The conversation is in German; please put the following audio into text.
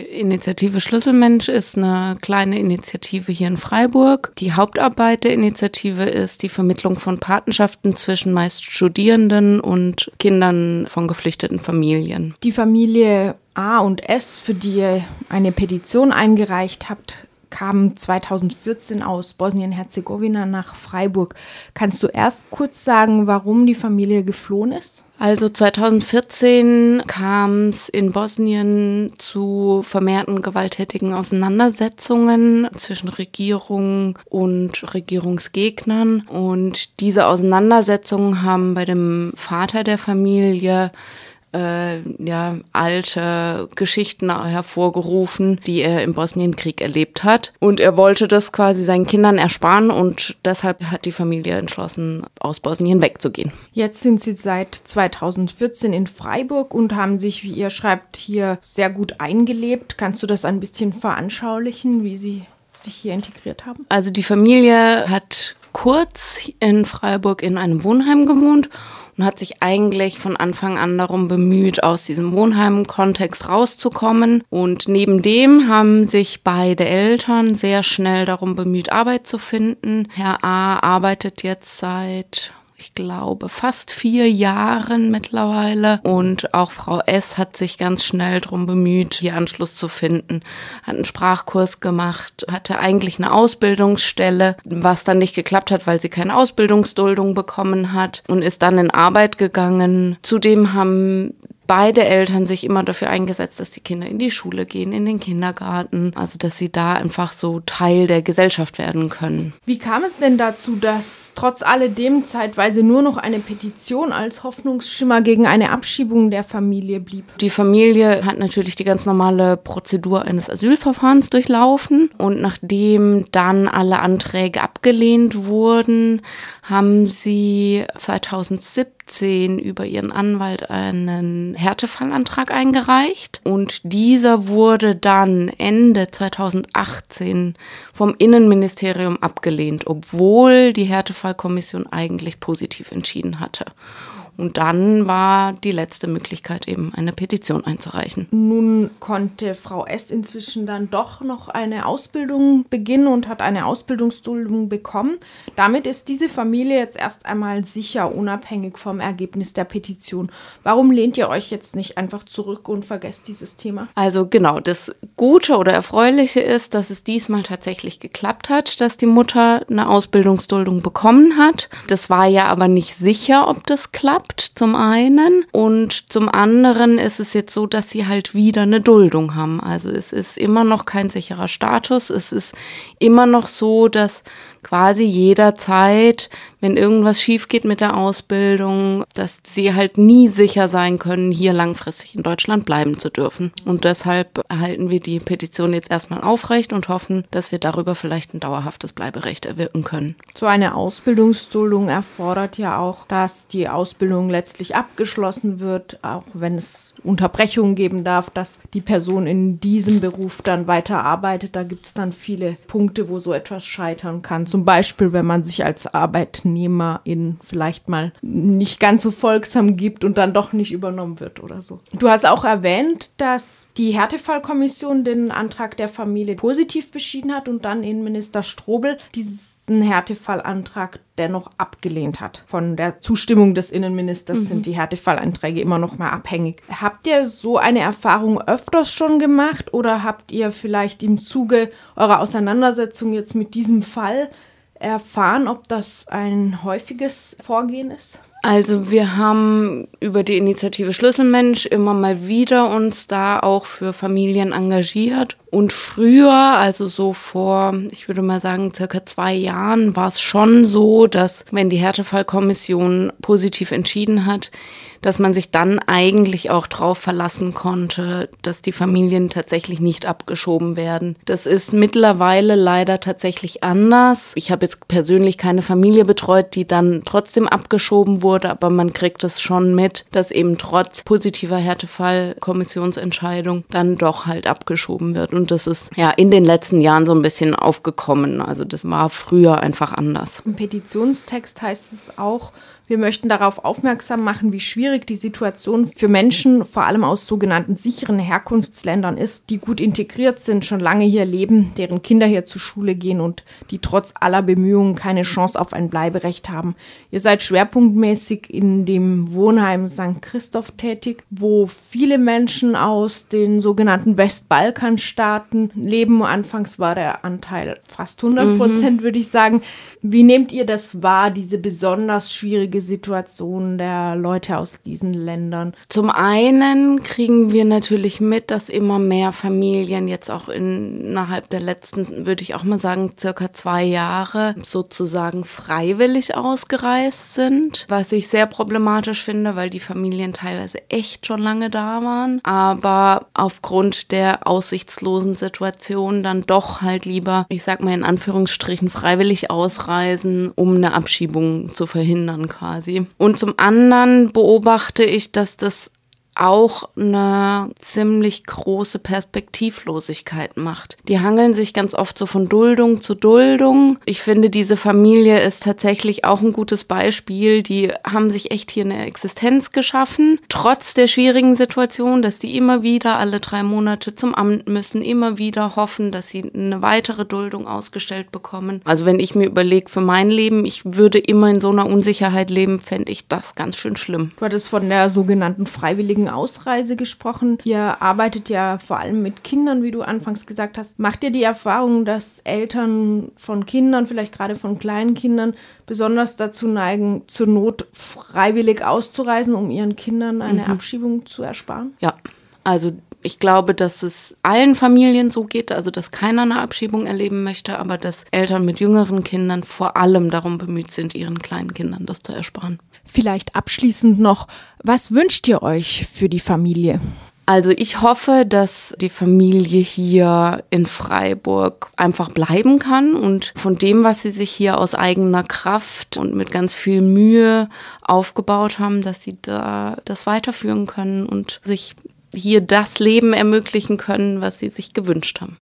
Initiative Schlüsselmensch ist eine kleine Initiative hier in Freiburg. Die Hauptarbeit der Initiative ist die Vermittlung von Patenschaften zwischen meist Studierenden und Kindern von geflüchteten Familien. Die Familie A und S, für die ihr eine Petition eingereicht habt, kam 2014 aus Bosnien-Herzegowina nach Freiburg. Kannst du erst kurz sagen, warum die Familie geflohen ist? Also 2014 kam es in Bosnien zu vermehrten gewalttätigen Auseinandersetzungen zwischen Regierung und Regierungsgegnern. Und diese Auseinandersetzungen haben bei dem Vater der Familie alte Geschichten hervorgerufen, die er im Bosnienkrieg erlebt hat. Und er wollte das quasi seinen Kindern ersparen und deshalb hat die Familie entschlossen, aus Bosnien wegzugehen. Jetzt sind sie seit 2014 in Freiburg und haben sich, wie ihr schreibt, hier sehr gut eingelebt. Kannst du das ein bisschen veranschaulichen, wie sie sich hier integriert haben? Also die Familie hat kurz in Freiburg in einem Wohnheim gewohnt und hat sich eigentlich von Anfang an darum bemüht, aus diesem Wohnheim-Kontext rauszukommen. Und neben dem haben sich beide Eltern sehr schnell darum bemüht, Arbeit zu finden. Herr A. arbeitet jetzt seit, ich glaube, fast 4 Jahren mittlerweile. Und auch Frau S. hat sich ganz schnell darum bemüht, hier Anschluss zu finden. Hat einen Sprachkurs gemacht, hatte eigentlich eine Ausbildungsstelle, was dann nicht geklappt hat, weil sie keine Ausbildungsduldung bekommen hat und ist dann in Arbeit gegangen. Zudem haben beide Eltern sich immer dafür eingesetzt, dass die Kinder in die Schule gehen, in den Kindergarten, also dass sie da einfach so Teil der Gesellschaft werden können. Wie kam es denn dazu, dass trotz alledem zeitweise nur noch eine Petition als Hoffnungsschimmer gegen eine Abschiebung der Familie blieb? Die Familie hat natürlich die ganz normale Prozedur eines Asylverfahrens durchlaufen und nachdem dann alle Anträge abgelehnt wurden, haben sie 2017 über ihren Anwalt einen Härtefallantrag eingereicht und dieser wurde dann Ende 2018 vom Innenministerium abgelehnt, obwohl die Härtefallkommission eigentlich positiv entschieden hatte. Und dann war die letzte Möglichkeit eben, eine Petition einzureichen. Nun konnte Frau S. inzwischen dann doch noch eine Ausbildung beginnen und hat eine Ausbildungsduldung bekommen. Damit ist diese Familie jetzt erst einmal sicher, unabhängig vom Ergebnis der Petition. Warum lehnt ihr euch jetzt nicht einfach zurück und vergesst dieses Thema? Also genau, das Gute oder Erfreuliche ist, dass es diesmal tatsächlich geklappt hat, dass die Mutter eine Ausbildungsduldung bekommen hat. Das war ja aber nicht sicher, ob das klappt. Zum einen und zum anderen ist es jetzt so, dass sie halt wieder eine Duldung haben. Also es ist immer noch kein sicherer Status. Es ist immer noch so, dass quasi jederzeit, wenn irgendwas schief geht mit der Ausbildung, dass sie halt nie sicher sein können, hier langfristig in Deutschland bleiben zu dürfen. Und deshalb erhalten wir die Petition jetzt erstmal aufrecht und hoffen, dass wir darüber vielleicht ein dauerhaftes Bleiberecht erwirken können. So eine Ausbildungsduldung erfordert ja auch, dass die Ausbildung letztlich abgeschlossen wird, auch wenn es Unterbrechungen geben darf, dass die Person in diesem Beruf dann weiter arbeitet. Da gibt es dann viele Punkte, wo so etwas scheitern kann. Zum Beispiel, wenn man sich als Arbeitnehmerin vielleicht mal nicht ganz so folgsam gibt und dann doch nicht übernommen wird oder so. Du hast auch erwähnt, dass die Härtefallkommission den Antrag der Familie positiv beschieden hat und dann Innenminister Strobel diesen Härtefallantrag dennoch abgelehnt hat. Von der Zustimmung des Innenministers sind die Härtefallanträge immer noch mal abhängig. Habt ihr so eine Erfahrung öfters schon gemacht oder habt ihr vielleicht im Zuge eurer Auseinandersetzung jetzt mit diesem Fall erfahren, ob das ein häufiges Vorgehen ist? Also wir haben über die Initiative Schlüsselmensch immer mal wieder uns da auch für Familien engagiert. Und früher, also so vor, ich würde mal sagen, circa 2 Jahren, war es schon so, dass wenn die Härtefallkommission positiv entschieden hat, dass man sich dann eigentlich auch drauf verlassen konnte, dass die Familien tatsächlich nicht abgeschoben werden. Das ist mittlerweile leider tatsächlich anders. Ich habe jetzt persönlich keine Familie betreut, die dann trotzdem abgeschoben wurde, aber man kriegt es schon mit, dass eben trotz positiver Härtefallkommissionsentscheidung dann doch halt abgeschoben wird. Und das ist ja in den letzten Jahren so ein bisschen aufgekommen. Also das war früher einfach anders. Im Petitionstext heißt es auch, Wir möchten darauf aufmerksam machen, wie schwierig die Situation für Menschen, vor allem aus sogenannten sicheren Herkunftsländern ist, die gut integriert sind, schon lange hier leben, deren Kinder hier zur Schule gehen und die trotz aller Bemühungen keine Chance auf ein Bleiberecht haben. Ihr seid schwerpunktmäßig in dem Wohnheim St. Christoph tätig, wo viele Menschen aus den sogenannten Westbalkanstaaten leben. Anfangs war der Anteil fast 100%, würde ich sagen. Wie nehmt ihr das wahr, diese besonders schwierige Situation der Leute aus diesen Ländern? Zum einen kriegen wir natürlich mit, dass immer mehr Familien jetzt auch innerhalb der letzten, würde ich auch mal sagen, circa 2 Jahre sozusagen freiwillig ausgereist sind, was ich sehr problematisch finde, weil die Familien teilweise echt schon lange da waren, aber aufgrund der aussichtslosen Situation dann doch halt lieber, ich sag mal in Anführungsstrichen, freiwillig ausreisen, um eine Abschiebung zu verhindern quasi. Und zum anderen beobachte ich, dass das auch eine ziemlich große Perspektivlosigkeit macht. Die hangeln sich ganz oft so von Duldung zu Duldung. Ich finde, diese Familie ist tatsächlich auch ein gutes Beispiel. Die haben sich echt hier eine Existenz geschaffen, trotz der schwierigen Situation, dass die immer wieder alle 3 Monate zum Amt müssen, immer wieder hoffen, dass sie eine weitere Duldung ausgestellt bekommen. Also wenn ich mir überlege für mein Leben, ich würde immer in so einer Unsicherheit leben, fände ich das ganz schön schlimm. Du hattest von der sogenannten freiwilligen Ausreise gesprochen. Ihr arbeitet ja vor allem mit Kindern, wie du anfangs gesagt hast. Macht ihr die Erfahrung, dass Eltern von Kindern, vielleicht gerade von kleinen Kindern, besonders dazu neigen, zur Not freiwillig auszureisen, um ihren Kindern eine Abschiebung zu ersparen? Ja, also ich glaube, dass es allen Familien so geht, also dass keiner eine Abschiebung erleben möchte, aber dass Eltern mit jüngeren Kindern vor allem darum bemüht sind, ihren kleinen Kindern das zu ersparen. Vielleicht abschließend noch, was wünscht ihr euch für die Familie? Also ich hoffe, dass die Familie hier in Freiburg einfach bleiben kann und von dem, was sie sich hier aus eigener Kraft und mit ganz viel Mühe aufgebaut haben, dass sie da das weiterführen können und sich hier das Leben ermöglichen können, was sie sich gewünscht haben.